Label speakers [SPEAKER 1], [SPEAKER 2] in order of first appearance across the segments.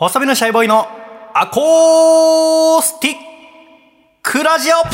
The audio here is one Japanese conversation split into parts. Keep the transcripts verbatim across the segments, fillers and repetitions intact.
[SPEAKER 1] 細身のシャイボーイのアコースティックラジオ。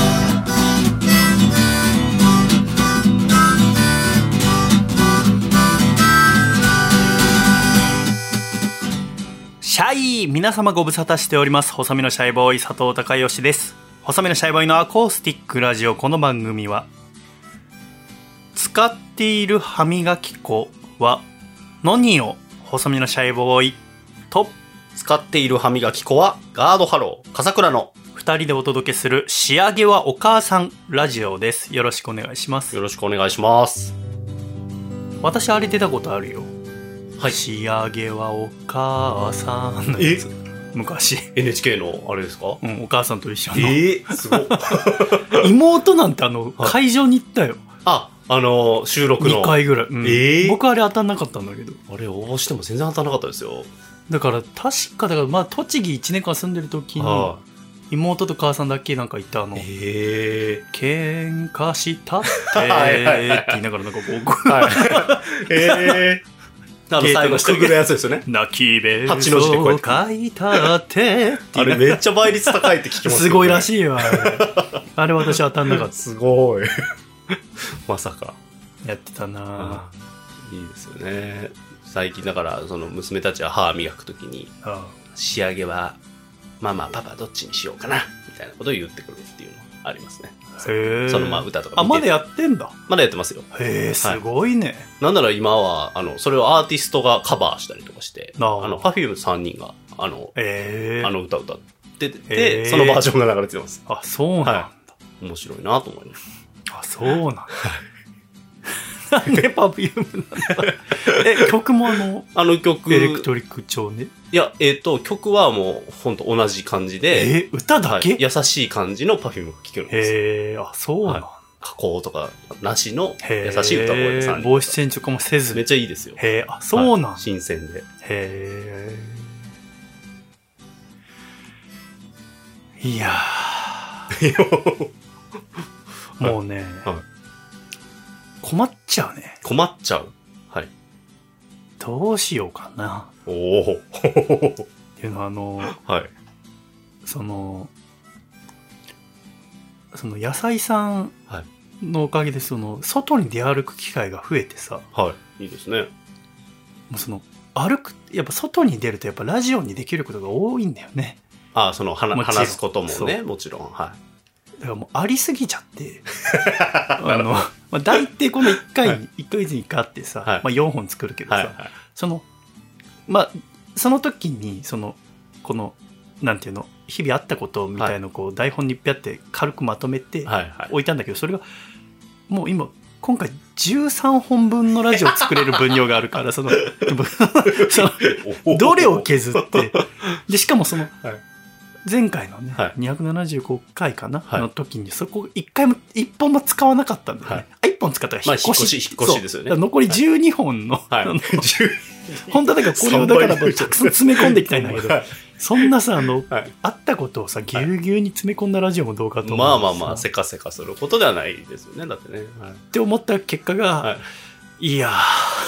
[SPEAKER 1] シャイ、皆様ご無沙汰しております。細身のシャイボーイ佐藤孝義です。細身のシャイボーイのアコースティックラジオ。この番組は使っている歯磨き粉は何を細身のシャイボーイと
[SPEAKER 2] 使っている歯磨き粉はガードハロー笠倉の
[SPEAKER 1] ふたりでお届けする仕上げはお母さんラジオです。よろしくお願いします。
[SPEAKER 2] よろしくお願いします。
[SPEAKER 1] 私あれ出たことあるよ。
[SPEAKER 2] はい。
[SPEAKER 1] 仕上げはお母さんのやつ。昔
[SPEAKER 2] エヌエイチケー のあれですか？
[SPEAKER 1] うん、お母さんと一緒の。
[SPEAKER 2] えー、すごい。
[SPEAKER 1] 妹なんてあの、
[SPEAKER 2] はい、
[SPEAKER 1] 会場に行ったよ。
[SPEAKER 2] あ、あのー、収録の
[SPEAKER 1] にかいぐらい、うん、
[SPEAKER 2] えー、
[SPEAKER 1] 僕あれ当たんなかったんだけど。
[SPEAKER 2] あれ応募しても全然当たんなかったですよ。
[SPEAKER 1] だから確かだからまあ栃木いちねんかん住んでる時に、はあ、妹と母さんだけなんかいたの。
[SPEAKER 2] えー、
[SPEAKER 1] 喧嘩したってって言いながらなんか僕
[SPEAKER 2] はい、えーあの最後くぐるやつですよね。
[SPEAKER 1] 泣きべ
[SPEAKER 2] 八の字でこうやって
[SPEAKER 1] 書いたって
[SPEAKER 2] あれめっちゃ倍率高いって聞きますよね。
[SPEAKER 1] すごいらしいわ。あれ私当たんなかった。
[SPEAKER 2] すごい。まさか
[SPEAKER 1] やってたな。
[SPEAKER 2] いいですよね。最近だからその娘たちは歯磨くときに仕上げはママパパどっちにしようかなみたいなことを言ってくるっていうのありますね。
[SPEAKER 1] へえ。
[SPEAKER 2] そのまあ歌とか見て。
[SPEAKER 1] あ、まだやってんだ。
[SPEAKER 2] まだやってますよ。
[SPEAKER 1] へえ、すごいね。はい、
[SPEAKER 2] なんなら今はあのそれをアーティストがカバーしたりとかして、あの Perfume さんにんがあの、えー、あの歌歌ってて、そのバージョンが流れてます。
[SPEAKER 1] あ、そうなんだ。はい、
[SPEAKER 2] 面白いなと思います。
[SPEAKER 1] あ、そうなんだ。なんで Perfume なんだ。え、曲もあの
[SPEAKER 2] あの曲
[SPEAKER 1] エレクトリック調ね。
[SPEAKER 2] いや、えっ、ー、と曲はもうほんと同じ感じで、
[SPEAKER 1] えー、歌だけ、
[SPEAKER 2] はい、優しい感じの Perfume が聴けるんです。
[SPEAKER 1] へえ、あ、そうなんだ。はい、
[SPEAKER 2] 加工とかなしの優しい歌声でさんにん。
[SPEAKER 1] ボイスチェンジとかもせず。
[SPEAKER 2] めっちゃいいですよ。
[SPEAKER 1] へえ、あ、そうなん、
[SPEAKER 2] はい、新鮮で。
[SPEAKER 1] へえ。いやー。もうね、はい、困っちゃうね。
[SPEAKER 2] 困っちゃう。はい。
[SPEAKER 1] どうしようかな。
[SPEAKER 2] おお。
[SPEAKER 1] っていうのはあの、
[SPEAKER 2] はい。
[SPEAKER 1] その、その野菜さんのおかげでその外に出歩く機会が増えてさ。
[SPEAKER 2] はい。いいですね。
[SPEAKER 1] もうその歩くやっぱ外に出るとやっぱラジオにできることが多いんだよね。
[SPEAKER 2] ああ、その話話すこともね、もちろん。はい。
[SPEAKER 1] だからもうありすぎちゃってあの、まあ、大体このいっかいに、はい、いっかげつにいっかいあってさ、はい、まあ、よんほん作るけどさ、はいはい、そのまあその時にそのこのなんていうの日々あったことみたいのをこう、はい、台本にピャって軽くまとめて置いたんだけど、それがもう今今回じゅうさんほんぶんのラジオを作れる分量があるからそのそのどれを削ってでしかもその、はい前回のね、はい、にひゃくななじゅうごかいかな、はい、の時にそこいっかいもいっぽんも使わなかったんだよね、はい、いっぽん使ったら引っ越し、
[SPEAKER 2] まあ、引っ越し、引っ越しですよね。
[SPEAKER 1] 残りじゅうにほんの、はい、本当はだからこれをだからたくさん詰め込んでいきたいんだけど、はい、そんなさあの、はい、あったことをさぎゅうぎゅうに詰め込んだラジオもどうかと思う。
[SPEAKER 2] まあまあまあせかせかすることではないですよね。だってね、
[SPEAKER 1] はい、って思った結果が、はい、いや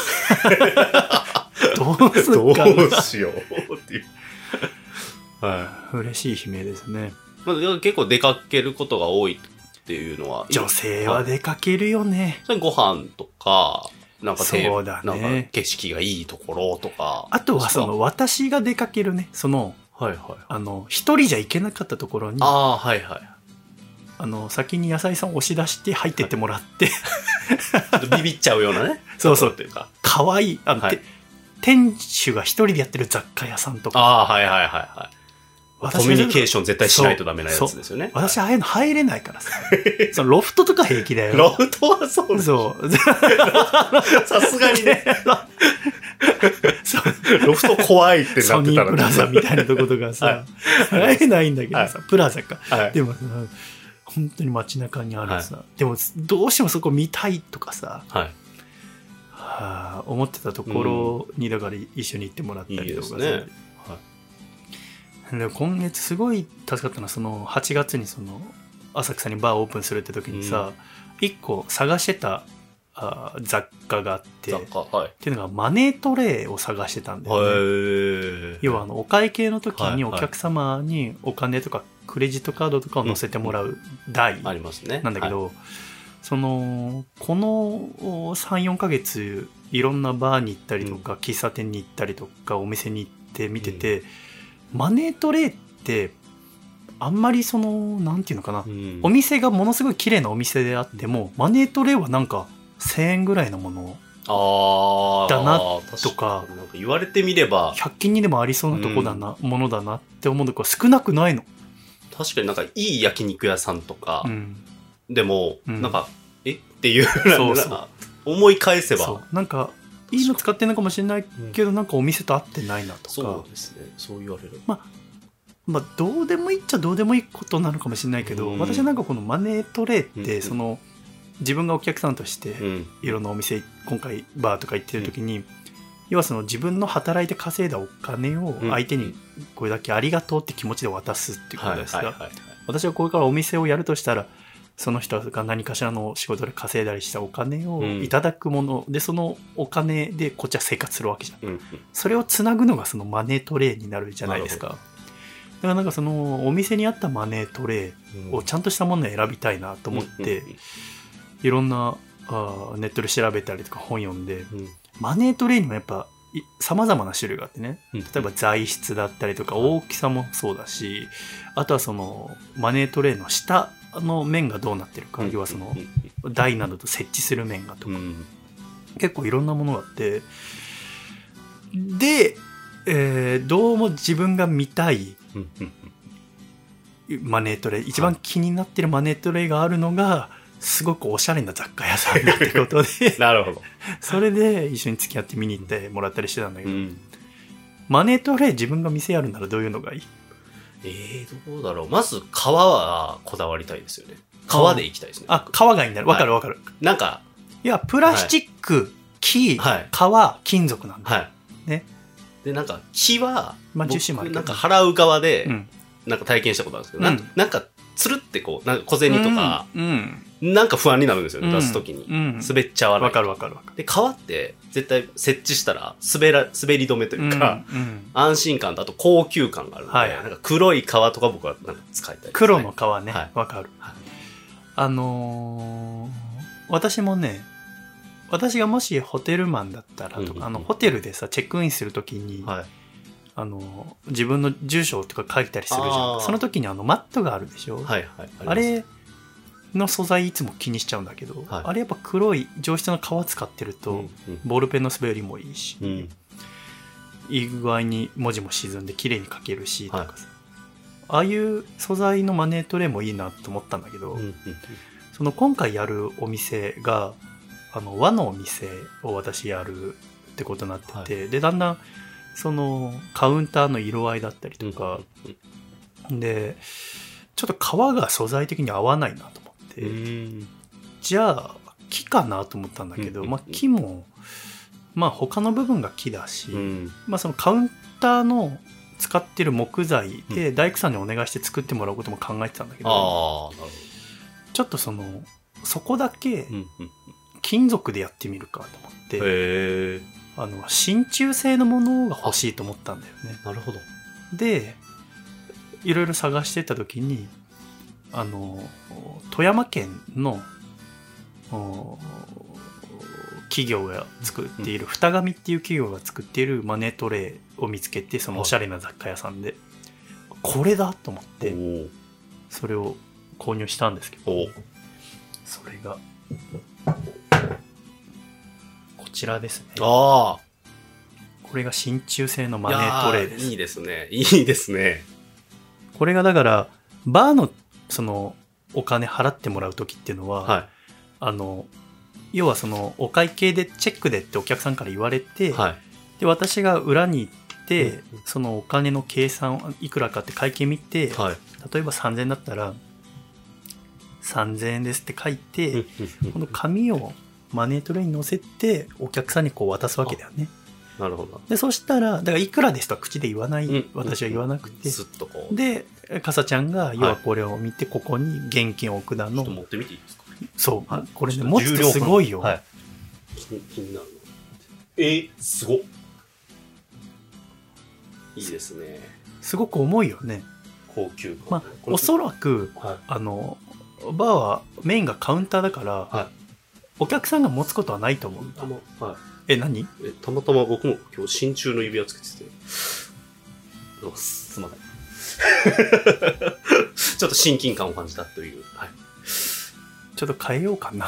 [SPEAKER 1] どうするかな
[SPEAKER 2] どうしようっていう
[SPEAKER 1] はい、嬉しい悲鳴ですね。
[SPEAKER 2] まあ、結構出かけることが多いっていうのは
[SPEAKER 1] 女性は出かけるよね。
[SPEAKER 2] それご飯とかなんか
[SPEAKER 1] そうだね、
[SPEAKER 2] なんか景色がいいところとか。
[SPEAKER 1] あとはその私が出かけるねその、はいはい、あの一人じゃ行けなかったところに
[SPEAKER 2] あ、はいはい、
[SPEAKER 1] あの先に野菜さんを押し出して入ってってもらって、
[SPEAKER 2] はい、ちょっとビビっちゃうようなね
[SPEAKER 1] そうそうっていうかかわいいあの、はい、店主が一人でやってる雑貨屋さんとか
[SPEAKER 2] あ、はいはいはいはいコミュニケーション絶対しないとダメなやつですよね。
[SPEAKER 1] 私ああいうの入れないからさ。そのロフトとか平気だよ。
[SPEAKER 2] ロフトはそうです。
[SPEAKER 1] そう。
[SPEAKER 2] さすがにね。ロフト怖いってなってたら、
[SPEAKER 1] ソニープラザみたいなとことかさ、はい、入れないんだけどさ、はい、プラザか。はい、でもさ、本当に街中にあるさ、はい、でもどうしてもそこ見たいとかさ、はいはあ、思ってたところにだから一緒に行ってもらったりとかさ。うん、いいですね。で今月すごい助かったのはそのはちがつにその浅草にバーオープンするって時にさ、うん、いっこ探してたあ雑貨があって、
[SPEAKER 2] 雑貨、はい。
[SPEAKER 1] っていうのがマネートレイを探してたんだよね。要はあのお会計の時にお客様にお金とかクレジットカードとかを載せてもらう台なんだけど、そのこのさん、よんかげついろんなバーに行ったりとか、うん、喫茶店に行ったりとかお店に行って見てて、うん、マネートレイってあんまりそのなんていうのかな、うん、お店がものすごい綺麗なお店であってもマネートレイはなんかせんえんぐらいのものだなとか、
[SPEAKER 2] なんか言われてみれば
[SPEAKER 1] ひゃく均にでもありそうなとこだな、うん、ものだなって思うのが少なくないの。
[SPEAKER 2] 確かになんかいい焼肉屋さんとか、うん、でも、うん、なんかえっていうそうそう思い返せば
[SPEAKER 1] そうなんかいいの使ってるのかもしれないけど、うん、なんかお店と合ってないなとか。
[SPEAKER 2] そうですね、そう言われる。
[SPEAKER 1] まあまあどうでもいいっちゃどうでもいいことなのかもしれないけど、うん、私はなんかこのマネートレイってその、うん、自分がお客さんとしていろんなお店、今回バーとか行ってる時に、うん、要はその自分の働いて稼いだお金を相手にこれだけありがとうって気持ちで渡すっていうことですが、私はこれからお店をやるとしたらその人が何かしらの仕事で稼いだりしたお金をいただくもの、うん、でそのお金でこっちは生活するわけじゃん、うんうん、それをつなぐのがそのマネートレイになるじゃないですか。だからなんかそのお店にあったマネートレイをちゃんとしたものを選びたいなと思って、うん、いろんなあネットで調べたりとか本読んで、うん、マネートレイにもやっぱ様々な種類があってね、例えば材質だったりとか大きさもそうだし、あとはそのマネートレイの下の面がどうなってるか、要はその台などと設置する面がとか、結構いろんなものがあって、で、えー、どうも自分が見たいマネートレイ、一番気になってるマネートレイがあるのがすごくおしゃれな雑貨屋さんだってことで
[SPEAKER 2] なるほど。
[SPEAKER 1] それで一緒に付き合って見に行ってもらったりしてたんだけど、うん、マネートレイ自分が店やるならどういうのがいい？
[SPEAKER 2] えー、どうだろう。まず皮はこだわりたいですよね。皮でいきたいですね。
[SPEAKER 1] あ、皮がいいんだ。わかるわかる。
[SPEAKER 2] はい、なんか
[SPEAKER 1] いやプラスチック、はい、木、はい、皮、金属なんだ。はい。ね。
[SPEAKER 2] でなんか木は、
[SPEAKER 1] まあ、
[SPEAKER 2] 僕なんか払う側で、うん、なんか体験したことあるんですけど、うん、な, なんかつるってこうなんか小銭とか、うんうん、なんか不安になるんですよね、うん、出すときに、うん、滑っちゃわない。
[SPEAKER 1] わかるわかるわかる。
[SPEAKER 2] で皮って絶対設置したら滑ら滑り止めというか、うんうん、安心感とあと高級感があるので、はい、なんか黒い皮とか僕はなんか使いたいですね。
[SPEAKER 1] 黒の皮ね、わ、はい、かる、はい、あのー、私もね、私がもしホテルマンだったらとか、うんうんうん、あのホテルでさチェックインするときに、はい、あの自分の住所とか書いたりするじゃん。その時にあのマットがあるでしょ、はいはい、あ, あれの素材いつも気にしちゃうんだけど、はい、あれやっぱ黒い上質の革使ってると、うんうん、ボールペンの滑りもいいし、うん、いい具合に文字も沈んで綺麗に書けるしとかさ、はい、ああいう素材のマネートレイもいいなと思ったんだけど、うんうんうん、その今回やるお店があの和のお店を私やるってことになってて、はい、でだんだんそのカウンターの色合いだったりとか、うん、でちょっと革が素材的に合わないなと思って、うん、じゃあ木かなと思ったんだけど、うんまあ、木もまあ他の部分が木だし、うんまあ、そのカウンターの使ってる木材で大工さんにお願いして作ってもらうことも考えてたんだけど、あ、なるほど。ちょっとそのそこだけ金属でやってみるかと思って、うんうん、へあの真鍮製のものが欲しいと思ったんだよね。
[SPEAKER 2] なるほど。
[SPEAKER 1] でいろいろ探してた時にあの富山県の企業が作っている、うん、二神っていう企業が作っているマネートレイを見つけて、そのおしゃれな雑貨屋さんでこれだと思ってそれを購入したんですけど、それがこちらですね。ああ、これが真鍮製のマネートレイです。
[SPEAKER 2] いいですね、いいですね。
[SPEAKER 1] これがだからバーのそのお金払ってもらう時っていうのは、はい、あの要はそのお会計でチェックでってお客さんから言われて、はい、で私が裏に行って、うん、そのお金の計算いくらかって会計見て、はい、例えばさんぜんえんだったらさんぜんえんですって書いて、この紙をマネートレイに載せてお客さんにこう渡すわけだよね。
[SPEAKER 2] なるほど。
[SPEAKER 1] でそしたらだからいくらですとは口で言わない、うん、私は言わなくて、
[SPEAKER 2] スッとこう
[SPEAKER 1] でかさちゃんが要はこれを見て、はい、ここに現金を置くだの。
[SPEAKER 2] ちょっと持ってみていいですか？
[SPEAKER 1] そう、これね持つとすごいよ、はい、
[SPEAKER 2] 気になるの。えー、すごっ。いいですね。
[SPEAKER 1] すごく重いよね。
[SPEAKER 2] 高級感。
[SPEAKER 1] まあ、おそらく、はい、あのバーはメインがカウンターだから、はい、お客さんが持つことはないと思うんだ。はい、え、何？
[SPEAKER 2] え、たまたま僕も今日真鍮の指輪つけてて。すまない。ちょっと親近感を感じたという。はい、
[SPEAKER 1] ちょっと変えようかな。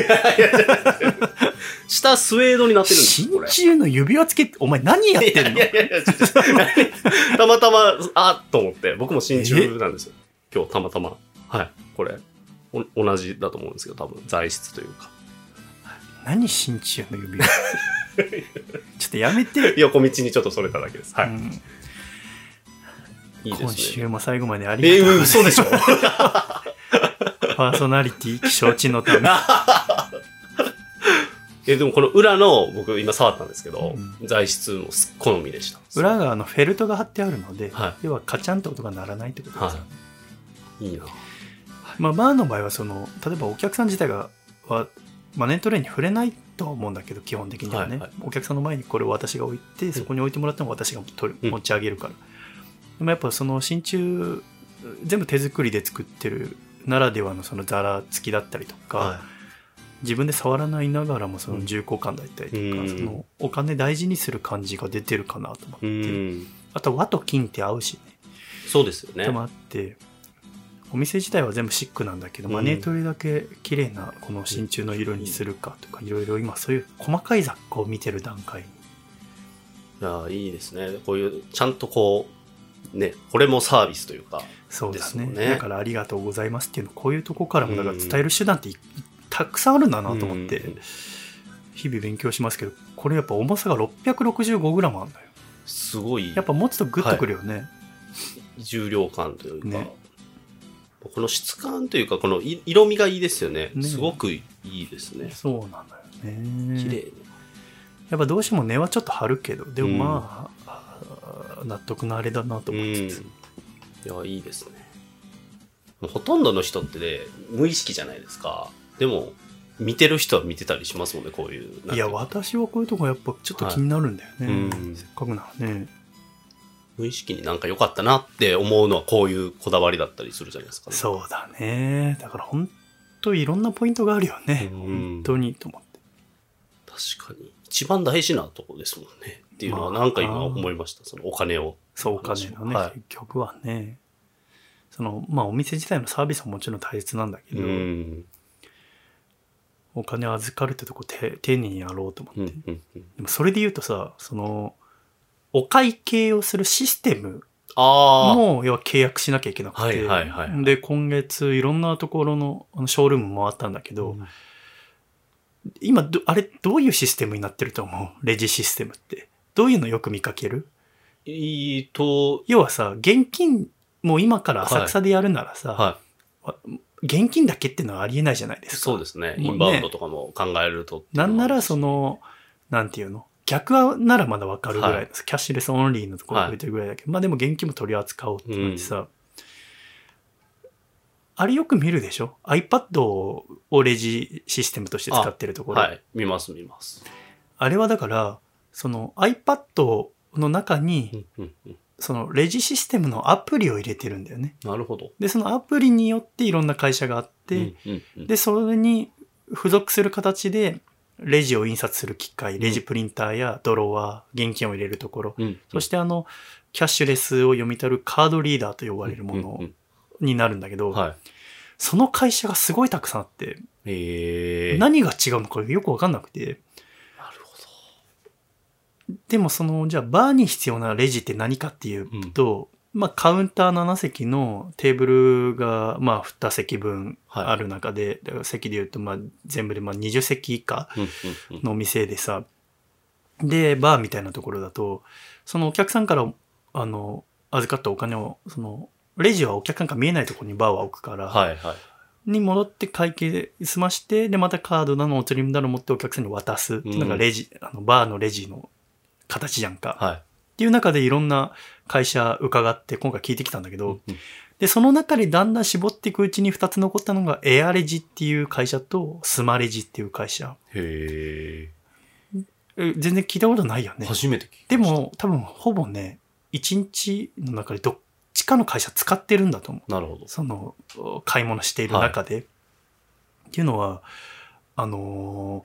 [SPEAKER 2] 下スウェードになってるんです
[SPEAKER 1] よ。真鍮の指輪つけて、お前何やってんの？いやいやいや、
[SPEAKER 2] たまたま、あっと思って、僕も真鍮なんですよ。今日たまたま。はい。これ、同じだと思うんですけど、多分、材質というか。
[SPEAKER 1] 何真鍮の指輪ちょっとやめて。
[SPEAKER 2] 横道にちょっとそれただけです。はい。うん、い
[SPEAKER 1] いですね。今週も最後までありがとうございます。
[SPEAKER 2] えー、嘘でしょ
[SPEAKER 1] パーソナリティ気象値のため。
[SPEAKER 2] えでもこの裏の僕今触ったんですけど、うん、材質も好みでした。
[SPEAKER 1] 裏があのフェルトが貼ってあるので、はい、要はカチャンと音が鳴らないってことですよね。
[SPEAKER 2] はい、いいな。
[SPEAKER 1] まあバーの場合はその例えばお客さん自体がはマネートレーに触れないとは思うんだけど基本的にはね、はいはい、お客さんの前にこれを私が置いてそこに置いてもらっても私が取る、うん、持ち上げるから。でもやっぱその真鍮全部手作りで作ってるならではのそのザラ付きだったりとか。はい、自分で触らないながらもその重厚感だったりとか、うん、そのお金大事にする感じが出てるかなと思って、うん、あと和と金って合うしね。
[SPEAKER 2] そうですよね。
[SPEAKER 1] ともあってお店自体は全部シックなんだけど、うん、マネートレだけ綺麗なこの真鍮の色にするかとかいろいろ今そういう細かい雑貨を見てる段階に。
[SPEAKER 2] いやいいですね。こういうちゃんとこうねこれもサービスというか、
[SPEAKER 1] そうですね。だからありがとうございますっていうのこういうとこからもだから伝える手段ってたくさんあるんだなと思って日々勉強しますけど、これやっぱ重さが ろっぴゃくろくじゅうごグラム あるんだよ。
[SPEAKER 2] すごい。
[SPEAKER 1] やっぱ持つとグッとくるよね、はい、
[SPEAKER 2] 重量感というか、ね、この質感というかこの色味がいいですよ ね, ねすごくいいですね。
[SPEAKER 1] そうなんだよね。
[SPEAKER 2] 綺麗に
[SPEAKER 1] やっぱどうしても値はちょっと張るけどでもまあ、うん、納得のあれだなと思ってつつ、
[SPEAKER 2] うん、いやいいですね。もうほとんどの人って、ね、無意識じゃないですか。でも見てる人は見てたりしますもんねこういう。
[SPEAKER 1] いや私はこういうとこやっぱちょっと気になるんだよね、はい、うん、せっかくならね。
[SPEAKER 2] 無意識になんか良かったなって思うのはこういうこだわりだったりするじゃないですか、ね、
[SPEAKER 1] そうだね。だから本当いろんなポイントがあるよね、うん、本当にと思って。
[SPEAKER 2] 確かに一番大事なとこですもんねっていうのはなんか今思いました、まあ、そのお金を。
[SPEAKER 1] そうお金のね、はい、結局はねそのまあお店自体のサービスももちろん大切なんだけど、うん、お金を預かるってとこて丁寧にやろうと思って、うんうんうん、でもそれで言うとさそのお会計をするシステムも要は契約しなきゃいけなくて、はいはいはい、で今月いろんなところのあのショールーム回ったんだけど、うん、今どあれどういうシステムになってると思う？レジシステムってどういうのよく見かける？
[SPEAKER 2] えーと
[SPEAKER 1] 要はさ現金もう今から浅草でやるならさ、はいはい、現金だけっていうのはありえないじゃないですか。
[SPEAKER 2] そうですね。インバウンドとかも考えると、ね、
[SPEAKER 1] なんならそのなんていうの逆はならまだわかるぐらい、はい、キャッシュレスオンリーのところが増えてるぐらいだけど、はい、まあでも現金も取り扱おうって感じさ、うん、あれよく見るでしょ iPad をレジシステムとして使ってるところ。
[SPEAKER 2] はい見ます見ます。
[SPEAKER 1] あれはだからその iPad の中に、うんうんうん、そのレジシステムのアプリを入れてるんだよね。
[SPEAKER 2] なるほど。で
[SPEAKER 1] そのアプリによっていろんな会社があって、うんうんうん、でそれに付属する形でレジを印刷する機械、レジプリンターやドロワー、現金を入れるところ、うんうん、そしてあのキャッシュレスを読み取るカードリーダーと呼ばれるものになるんだけど、うんうんうんはい、その会社がすごいたくさんあって、
[SPEAKER 2] へー、
[SPEAKER 1] 何が違うのかよく分かんなくて。なるほど。でもそのじゃあバーに必要なレジって何かっていうと、うん、まあカウンターなな席のテーブルがまあに席分ある中で、はい、だから席で言うとまあ全部でまあにじゅう席以下の店でさ、でバーみたいなところだとそのお客さんからあの預かったお金をそのレジはお客さんから見えないところにバーは置くから、はいはい、に戻って会計済ましてでまたカードなのお釣りだの持ってお客さんに渡すっていうのがレジ、うん、あのバーのレジの形じゃんか、はい、っていう中でいろんな会社伺って今回聞いてきたんだけど、うんうん、でその中でだんだん絞っていくうちにふたつ残ったのがエアレジっていう会社とスマレジっていう会社。
[SPEAKER 2] へ
[SPEAKER 1] 全然聞いたことないよね。
[SPEAKER 2] 初めて聞きました。
[SPEAKER 1] でも、多分、ほぼね、一日の中でどっちかの会社使ってるんだと思う。
[SPEAKER 2] なるほど。
[SPEAKER 1] その、買い物している中で。はい、っていうのは、あの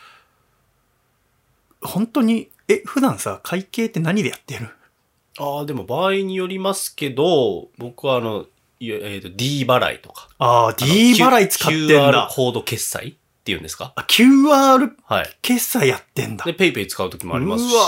[SPEAKER 1] ー、本当に、え、普段さ、会計って何でやってる？
[SPEAKER 2] ああ、でも場合によりますけど、僕はあの、えー、と D 払いとか。
[SPEAKER 1] ああ、D 払い使ってんだ。
[SPEAKER 2] キューアール コード決済っていうんですか？
[SPEAKER 1] あ、キューアール 決済やってんだ。
[SPEAKER 2] で、PayPay 使うときもありますし、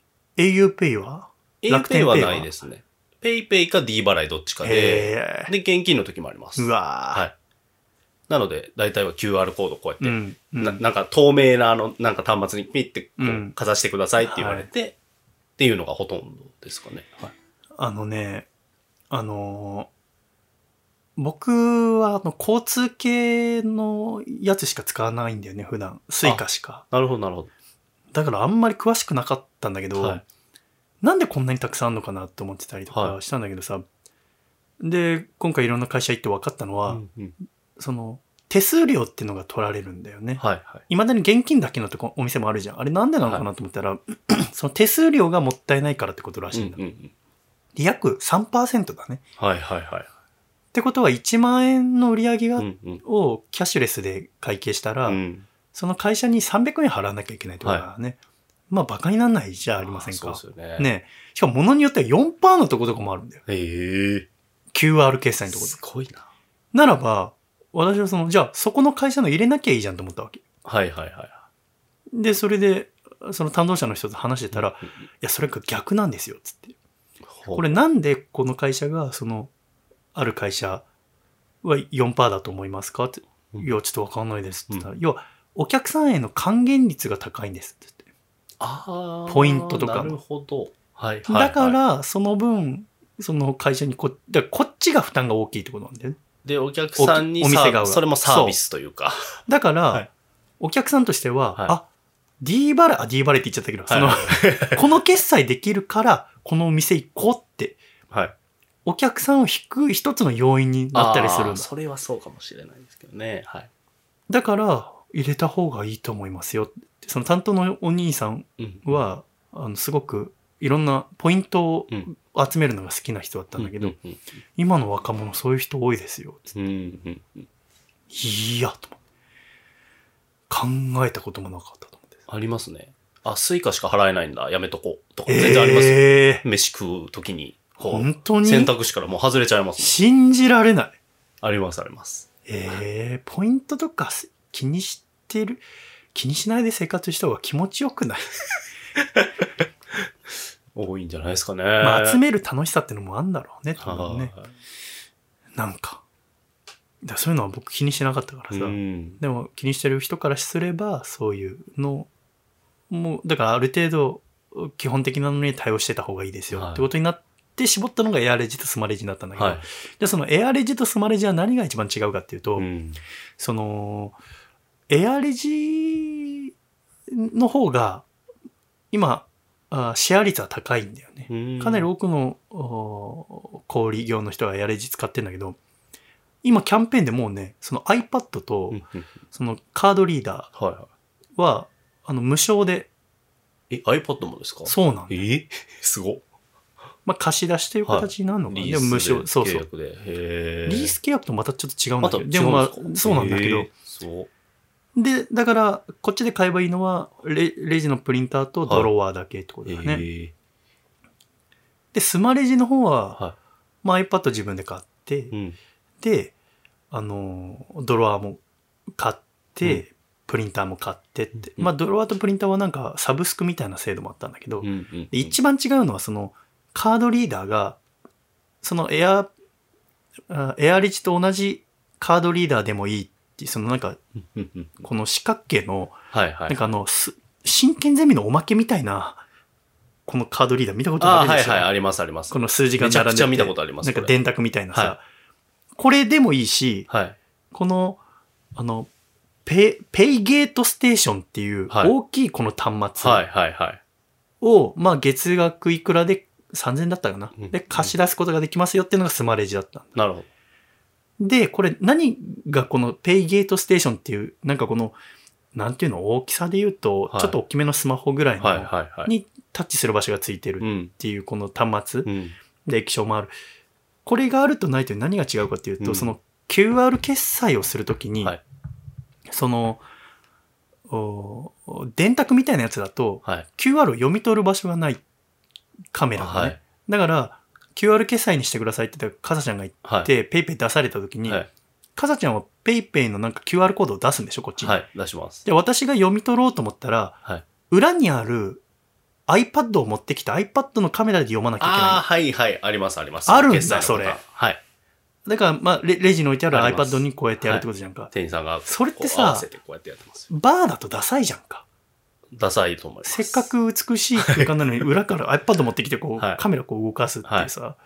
[SPEAKER 1] auPay は？
[SPEAKER 2] auPay はないですね。PayPay か D 払いどっちかで、で、現金のときもあります。
[SPEAKER 1] うわ
[SPEAKER 2] はい。なので、大体は キューアール コードこうやって、うんうん、な, なんか透明なあの、なんか端末にピッてこう、うん、かざしてくださいって言われて、はい、っていうのがほとんどですかね。はい、
[SPEAKER 1] あのね、あのー、僕はあの交通系のやつしか使わないんだよね、普段。スイカしか。
[SPEAKER 2] なるほど、なるほど。
[SPEAKER 1] だからあんまり詳しくなかったんだけど、はい、なんでこんなにたくさんあるのかなって思ってたりとかしたんだけどさ、はい、で、今回いろんな会社行って分かったのは、うんうん、その、手数料っていうのが取られるんだよね。
[SPEAKER 2] はいはい。
[SPEAKER 1] 未だに現金だけのとこお店もあるじゃん。あれなんでなのかなと思ったら、はい、その手数料がもったいないからってことらしいんだ。うんうんうん、で約 さんパーセント だね。
[SPEAKER 2] はいはいはい。
[SPEAKER 1] ってことはいちまんえんの売り上げが、うんうん、をキャッシュレスで会計したら、うん、その会社にさんびゃくえん払わなきゃいけないとかね。はい、まあバカにならないじゃありませんか。
[SPEAKER 2] そうですよね。
[SPEAKER 1] ね。しかも物によっては よんパーセント のとことかもあるんだよ。
[SPEAKER 2] へえ。
[SPEAKER 1] キューアール 決済のところ。
[SPEAKER 2] すごいな。
[SPEAKER 1] ならば、私はその、じゃあそこの会社の入れなきゃいいじゃんと思ったわけ。
[SPEAKER 2] はいはいはい。
[SPEAKER 1] で、それで、その担当者の人と話してたら、いや、それが逆なんですよ、つって。これなんでこの会社が、その、ある会社は よんパーセント だと思いますかって。いや、ちょっとわかんないです。って言ったら、うん、要は、お客さんへの還元率が高いんですって言って。
[SPEAKER 2] ああ。
[SPEAKER 1] ポイントとかの。
[SPEAKER 2] なるほど。はいはい、はい。
[SPEAKER 1] だから、その分、その会社にこ、だからこっちが負担が大きいってことなんだよね。
[SPEAKER 2] で、お客さんにお店側がそれもサービスというか。
[SPEAKER 1] だから、はい、お客さんとしては、はい、あ、D 払い、あ、D 払いって言っちゃったけど、はい、その、この決済できるから、このお店行こうって、
[SPEAKER 2] はい、
[SPEAKER 1] お客さんを引く一つの要因になったりするんだ。
[SPEAKER 2] それはそうかもしれないですけどね。はい。
[SPEAKER 1] だから、入れた方がいいと思いますよって。その担当のお兄さんは、うん、あの、すごく、いろんなポイントを集めるのが好きな人だったんだけど、うんうんうん、今の若者そういう人多いですよ。つって、うんうんうん、いや、と考えたこともなかったと思って。
[SPEAKER 2] ありますね。あ、スイカしか払えないんだ。やめとこう。とか全然ありますよ。えー、飯食うときに。
[SPEAKER 1] 本当に
[SPEAKER 2] 選択肢からもう外れちゃいます、ね。
[SPEAKER 1] 信じられない。
[SPEAKER 2] ありますあります。
[SPEAKER 1] えー、ポイントとか気にしてる、気にしないで生活した方が気持ちよくない？
[SPEAKER 2] 多いんじゃないですかね。
[SPEAKER 1] まあ、集める楽しさってのもあるんだろうね。多分ね。なんか。だそういうのは僕気にしてなかったからさ。うん、でも気にしてる人からすれば、そういうのもう、だからある程度、基本的なのに対応してた方がいいですよ、はい、ってことになって絞ったのがエアレジとスマレジだったんだけど、はい、じゃあそのエアレジとスマレジは何が一番違うかっていうと、うん、その、エアレジの方が、今、あシェア率は高いんだよね。かなり多くの小売業の人がエアレジ使ってるんだけど、今キャンペーンでもうね、その iPad とそのカードリーダーはあの無償で。
[SPEAKER 2] え、iPad もですか？
[SPEAKER 1] そうなんだ。
[SPEAKER 2] えすごっ。
[SPEAKER 1] まあ貸し出しという形になるのかな。はい、でも無償。そうそう。
[SPEAKER 2] へ
[SPEAKER 1] リース契約とまたちょっと違うんだけど。でもまあそうなんだけど。
[SPEAKER 2] そう。
[SPEAKER 1] で、だから、こっちで買えばいいのはレ、レジのプリンターとドロワーだけってことだね。はい、で、スマレジの方は、はい、まあ iPad 自分で買って、うん、で、あの、ドロワーも買って、うん、プリンターも買ってって。うん、まあドロワーとプリンターはなんかサブスクみたいな制度もあったんだけど、うんうんうん、で一番違うのはそのカードリーダーが、そのエア、エアレジと同じカードリーダーでもいい。そのなんか、この四角形の、なんかあの、真剣ゼミのおまけみたいな、このカードリーダー見たことないですよ。
[SPEAKER 2] はいはい、ありますあります。
[SPEAKER 1] この数字が並んでて。
[SPEAKER 2] めちゃくちゃ見たことあります。
[SPEAKER 1] なんか電卓みたいなさ、はい、これでもいいし、
[SPEAKER 2] はい、
[SPEAKER 1] この、あの、ペイ、ペイゲートステーションっていう大きいこの端末を、まあ月額いくらでさんぜんえんだったかな。で、貸し出すことができますよっていうのがスマレジだったんだ。
[SPEAKER 2] なるほど。
[SPEAKER 1] で、これ何がこのペイゲートステーションっていう、なんかこのなんていうの、大きさで言うと、ちょっと大きめのスマホぐらいの、
[SPEAKER 2] はいはいはい、
[SPEAKER 1] にタッチする場所がついてるっていうこの端末で液晶もある。これがあるとないと何が違うかっていうと、うん、その キューアール 決済をするときに、はい、その、電卓みたいなやつだと、はい、キューアール を読み取る場所がないカメラがね。はい、だから、キューアール 決済にしてくださいって言ったら、かさちゃんが言って、はい、ペイペイ出されたときに、はい、かさちゃんはペイペイのなんか キューアール コードを出すんでしょ、こっちに。
[SPEAKER 2] はい、出します。
[SPEAKER 1] で、私が読み取ろうと思ったら、はい、裏にある iPad を持ってきて iPad のカメラで読まなきゃいけない。
[SPEAKER 2] ああ、はいはい、ありますあります。
[SPEAKER 1] あるんだ、それ。
[SPEAKER 2] はい。
[SPEAKER 1] だから、まあレ、レジに置いてある iPad にこうやってやるってことじゃんか。はい、
[SPEAKER 2] 店員さんが。
[SPEAKER 1] それってさ、バーだとダサいじゃんか。
[SPEAKER 2] ダサいと思います。
[SPEAKER 1] せっかく美しい空間なのに、裏から iPad 持ってきて、こう、はい、カメラこう動かすっていうさ、はい、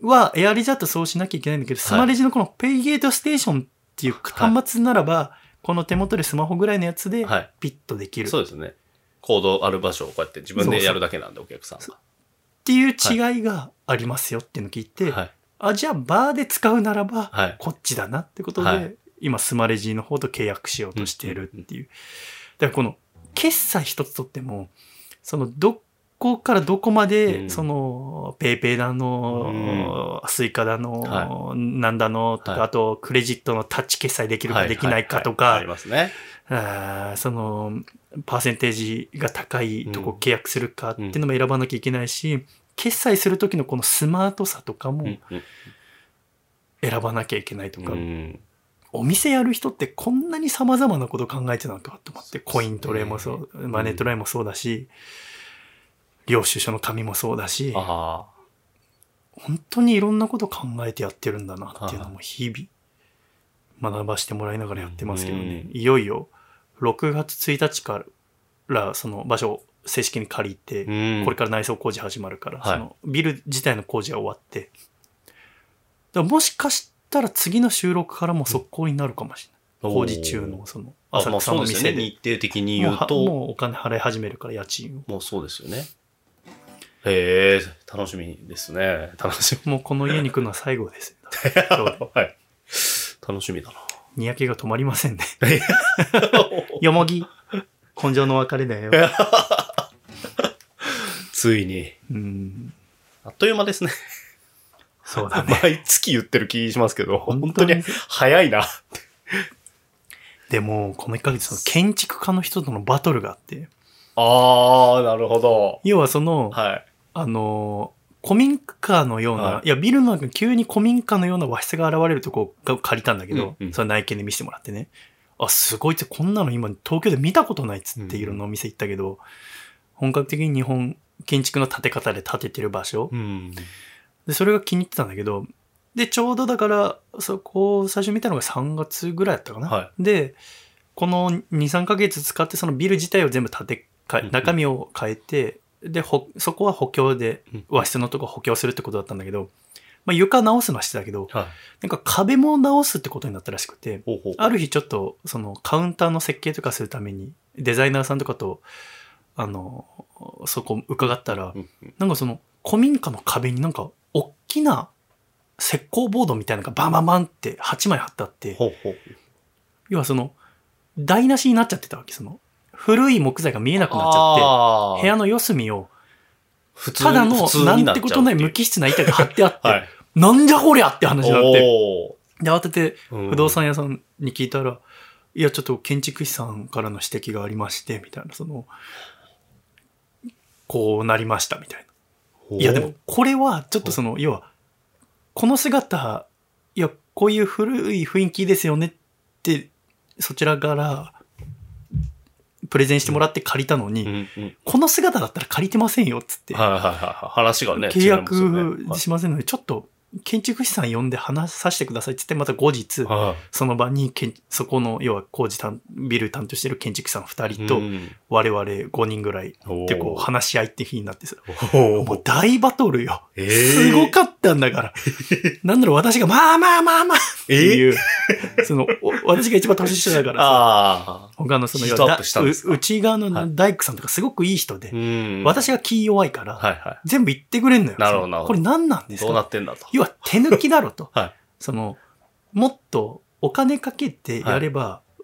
[SPEAKER 1] は、エアレジだとそうしなきゃいけないんだけど、スマレジのこのペイゲートステーションっていう端末ならば、はい、この手元でスマホぐらいのやつで、ピッとできる、はい。
[SPEAKER 2] そうですね。コードある場所をこうやって自分でやるだけなんで、お客さんが。
[SPEAKER 1] っていう違いがありますよっていうのを聞いて、はい、あ、じゃあバーで使うならば、はい、こっちだなってことで、はい、今スマレジの方と契約しようとしているっていう。うんうん、だからこの決済一つとっても、そのどこからどこまで、うん、そのペイペイだの、うん、スイカだの、はい、なんだのとか、はい、あとクレジットのタッチ決済できるかできないかとか、
[SPEAKER 2] はいはいはい、ありますね。
[SPEAKER 1] あそのパーセンテージが高いとこ契約するかっていうのも選ばなきゃいけないし、うん、決済する時のこのスマートさとかも選ばなきゃいけないとか、うん、お店やる人ってこんなに様々なこと考えてたのかと思って、コイントレイもそう、マネートレイもそうだし、うん、領収書の紙もそうだし、本当にいろんなこと考えてやってるんだなっていうのも日々学ばせてもらいながらやってますけどね、うん、いよいよろくがつついたちからその場所を正式に借りて、うん、これから内装工事始まるから、はい、そのビル自体の工事が終わって、だからもしかしたら次の収録からも速攻になるかもしれない。工事中のその浅草の店で。まあそうですね、日程的に言うと。もう、もうお金払い始めるから家賃を。
[SPEAKER 2] もうそうですよね。へえ、楽しみですね。楽しみ。
[SPEAKER 1] もうこの家に来るのは最後です
[SPEAKER 2] よ。はい。楽しみだな。
[SPEAKER 1] にやけが止まりませんね。よもぎ、根性の別れだよ。
[SPEAKER 2] ついに。
[SPEAKER 1] うん。
[SPEAKER 2] あっという間ですね。
[SPEAKER 1] そうだね。
[SPEAKER 2] 毎月言ってる気しますけど、本当に早いな。
[SPEAKER 1] でも、このいっかげつの建築家の人とのバトルがあって。
[SPEAKER 2] ああ、なるほど。
[SPEAKER 1] 要はその、
[SPEAKER 2] はい、
[SPEAKER 1] あの、古民家のような、はい、いや、ビルの中に急に古民家のような和室が現れるとこを借りたんだけど、うんうん、それ内見で見せてもらってね。あ、すごいって、こんなの今東京で見たことないっつっていろんなお店行ったけど、うん、本格的に日本建築の建て方で建ててる場所、
[SPEAKER 2] うん、
[SPEAKER 1] で、それが気に入ってたんだけど、で、ちょうどだから、そこを最初見たのがさんがつぐらいだったかな。
[SPEAKER 2] はい、
[SPEAKER 1] で、このに、さんかげつ使ってそのビル自体を全部建て替え、中身を変えて、で、ほ、そこは補強で、和室のとこ補強するってことだったんだけど、まあ床直すのはしてたけど、
[SPEAKER 2] はい、
[SPEAKER 1] なんか壁も直すってことになったらしくて、
[SPEAKER 2] ほうほう
[SPEAKER 1] ある日ちょっと、そのカウンターの設計とかするために、デザイナーさんとかと、あの、そこ伺ったら、なんかその、古民家の壁になんか、大きな石膏ボードみたいなのがバンバンバンってはちまい貼ってあって、
[SPEAKER 2] ほうほう
[SPEAKER 1] 要はその、台無しになっちゃってたわけ、その、古い木材が見えなくなっちゃって、部屋の四隅を、ただのなんてことない無機質な板が貼ってあって、はい、なんじゃこりゃって話になって、で、慌てて不動産屋さんに聞いたら、いや、ちょっと建築士さんからの指摘がありまして、みたいな、その、こうなりました、みたいな。いや、でも、これは、ちょっとその、要は、この姿、いや、こういう古い雰囲気ですよねって、そちらからプレゼンしてもらって借りたのに、
[SPEAKER 2] うんうん、
[SPEAKER 1] この姿だったら借りてませんよっつって、
[SPEAKER 2] はいはいはい、話がね
[SPEAKER 1] 契約しませんので、ちょっと建築士さん呼んで話させてくださいっつって、また後日、
[SPEAKER 2] はい、
[SPEAKER 1] その場にけんそこの要は工事担ビル担当してる建築士さんふたりと、うん、我々ごにんぐらいでこう話し合いって日になってさ、もう大バトルよ、えー、すごかったんだからなんだろう、私がまあまあまあまあっていう、えー、その私が一番年下だからさ、他のその内側の大工さんとかすごくいい人で、はい、私が気弱いから、
[SPEAKER 2] はいはい、
[SPEAKER 1] 全部言ってくれんのよ。
[SPEAKER 2] なるほどなるほど。
[SPEAKER 1] これ何なんですか。
[SPEAKER 2] どうなってんだと。
[SPEAKER 1] 要は手抜きだろと、
[SPEAKER 2] はい、
[SPEAKER 1] そのもっとお金かけてやれば、はい、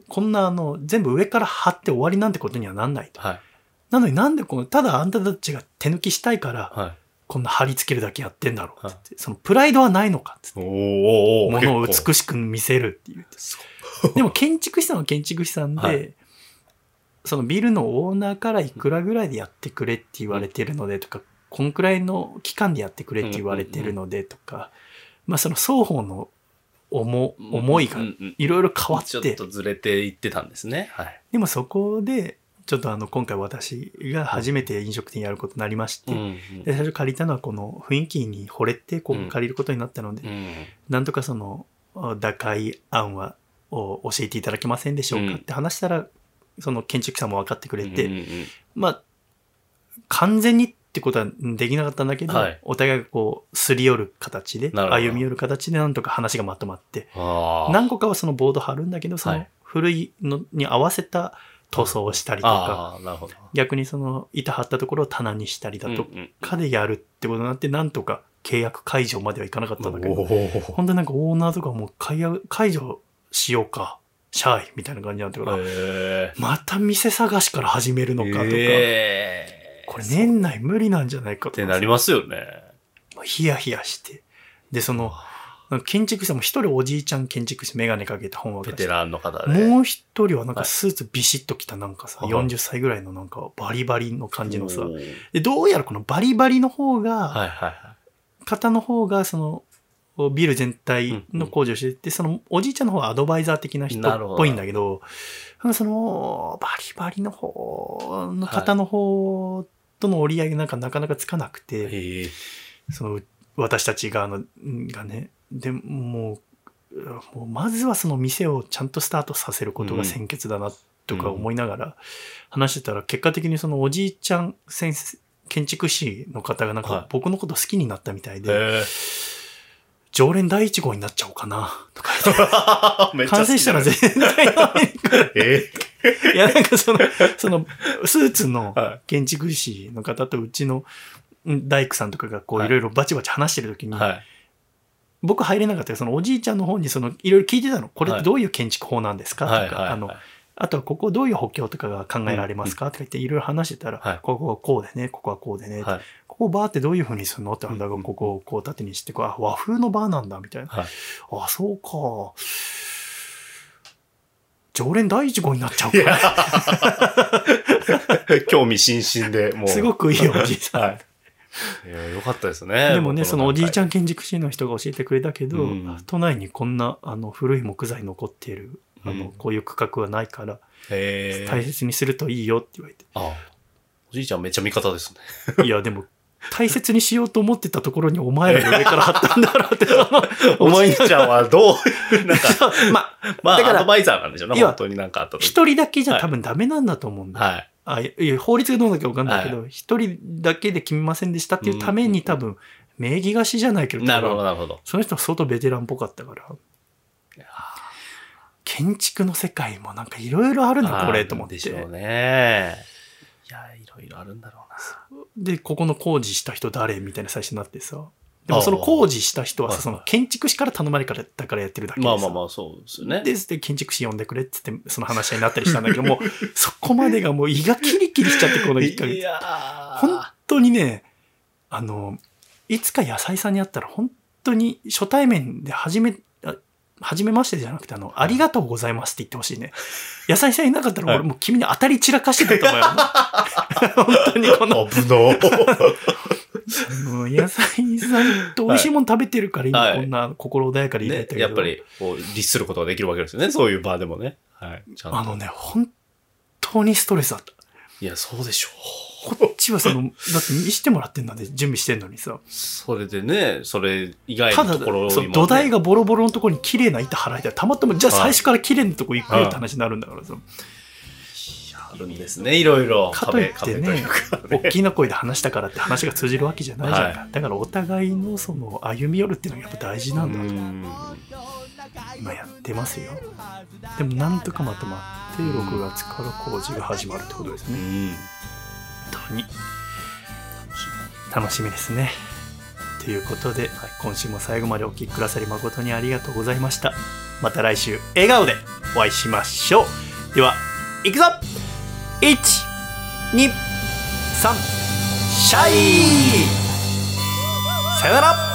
[SPEAKER 1] こんなあの全部上から貼って終わりなんてことにはなんないと、
[SPEAKER 2] はい、
[SPEAKER 1] なのになんでこのただあんたたちが手抜きしたいから、
[SPEAKER 2] はい、
[SPEAKER 1] こんな貼り付けるだけやってんだろうってって、はい、そのプライドはないのかってって、
[SPEAKER 2] お
[SPEAKER 1] ものを美しく見せるっていうでも建築士さんは建築士さんで、はい、そのビルのオーナーからいくらぐらいでやってくれって言われてるのでとか、うん、こんくらいの期間でやってくれって言われてるのでとか、うんうんうん、まあその双方の思, 思いがいろいろ変わって、うんうんうん、
[SPEAKER 2] ちょっとずれていってたんですね、はい、
[SPEAKER 1] でもそこでちょっとあの今回私が初めて飲食店やることになりまして、うんうん、で最初借りたのはこの雰囲気に惚れてこう借りることになったので、うんうん、なんとかその打開案はを教えていただけませんでしょうかって話したら、その建築士さんも分かってくれて、うんうんうん、まあ完全にってことはできなかったんだけど、はい、お互いがこうすり寄る形で歩み寄る形でなんとか話がまとまって、何個かはそのボード貼るんだけど、その古いのに合わせた塗装をしたりとか、
[SPEAKER 2] なるほど、
[SPEAKER 1] 逆にその板張ったところを棚にしたりだとかでやるってことになって、なんとか契約解除まではいかなかったんだけど、本当になんかオーナーとかもう解約解除しようかシャイみたいな感じになってから、また店探しから始めるのかとか、これ年内無理なんじゃないかと
[SPEAKER 2] ってなりますよね。
[SPEAKER 1] ヒヤヒヤして、でその建築士さんも一人おじいちゃん建築士、メガネかけた本を
[SPEAKER 2] ベテランの方で、
[SPEAKER 1] もう一人はなんかスーツビシッと着たなんかさ、はい、よんじゅっさいぐらいのなんかバリバリの感じのさ、でどうやらこのバリバリの方が、はいはいはい、方の方がそのビル全体の工事をしていて、うんうん、そのおじいちゃんの方はアドバイザー的な人っぽいんだけど、どそのバリバリの方の方の方との折り合いがなんかなかなかつかなくて、はい、その私たち側のがね、でもう、もうまずはその店をちゃんとスタートさせることが先決だなとか思いながら話してたら、結果的にそのおじいちゃん先生建築士の方がなんか僕のこと好きになったみたいで、はい、常連第一号になっちゃおうかなとか言って完成したら全体のえー、いやなんかそのそのスーツの建築士の方とうちの大工さんとかがこういろいろバチバチ話してる時に、はい、僕入れなかったけど、そのおじいちゃんの方にそのいろいろ聞いてたの。これってどういう建築法なんですか、はい、とか、はいはいはい、あのあとはここどういう補強とかが考えられますか、うん、とか言っていろいろ話してたら、はい、ここはこうでね、ここはこうでね、はい、ここバーってどういう風にするのってあんだが、ここをこう縦にして、こうあ和風のバーなんだみたいな、はい、あそうか、常連第一号になっちゃうから
[SPEAKER 2] 興味津々でもう
[SPEAKER 1] すごくいいおじいさん、はい、
[SPEAKER 2] いやよかったですね。
[SPEAKER 1] でもね、そのおじいちゃん建築士の人が教えてくれたけど、うん、都内にこんなあの古い木材残っているあの、うん、こういう区画はないから大切にするといいよって言われて、
[SPEAKER 2] ああ、おじいちゃんめっちゃ味方ですね。
[SPEAKER 1] いやでも大切にしようと思ってたところにお前らが上から貼ったんだろうって
[SPEAKER 2] おじいちゃんはどうなんかまあ、まあ、だからアドバイザーなんでしょうね。本当になんかあった時
[SPEAKER 1] 一人だけじゃ多分ダメなんだと思うんだよ、はい、あいや法律がどうだか分かんないけど一、はい、人だけで決めませんでしたっていうために多分名義貸しじゃないけど、
[SPEAKER 2] なるほどなるほど、
[SPEAKER 1] その人は相当ベテランっぽかったから、建築の世界もなんかいろいろあるなこれと思って。
[SPEAKER 2] でしょうね。いやいろいろあるんだろうな。
[SPEAKER 1] でここの工事した人誰みたいな最初になってさ、でもその工事した人はさ、その建築士から頼まれたからやってるだけでさ、
[SPEAKER 2] まあまあまあそうですよね。
[SPEAKER 1] で建築士呼んでくれって言ってその話になったりしたんだけどもそこまでがもう胃がキリキリしちゃってこのいっかげつ。いや本当にね、あのいつか野菜さんに会ったら本当に初対面で初め初めましてじゃなくてあのありがとうございますって言ってほしいね。野菜さんいなかったら俺もう君に当たり散らかしてたと思うよ。本当にこの
[SPEAKER 2] 危の
[SPEAKER 1] 野菜さんと美味しいもの食べてるから今こんな心穏やかでいられたけど、
[SPEAKER 2] はいね、やっぱりこう律することができるわけですよね、そういう場でもね、はい、ちゃんと
[SPEAKER 1] あのね本当にストレスだった。
[SPEAKER 2] いやそうでしょ
[SPEAKER 1] う。こっちはそのだって見してもらってんだで準備してんのにさ、
[SPEAKER 2] それでねそれ以外のところにも、ね、
[SPEAKER 1] ただ土台がボロボロのところに綺麗な板張られたらたまたまじゃあ最初から綺麗なとこ行くよって話になるんだからさ、
[SPEAKER 2] あるんですね、いろいろ。
[SPEAKER 1] かといってね、ね大きな声で話したからって話が通じるわけじゃないじゃない、はい、だからお互いのその歩み寄るっていうのがやっぱ大事なんだと今やってますよ。でもなんとかまとまってろくがつから工事が始まるってことですね。うん本当に楽しみですね。ということで、はい、今週も最後までお聞きくださり誠にありがとうございました。また来週笑顔でお会いしましょう。 では、いくぞ !いち、に、さん、シャイさよなら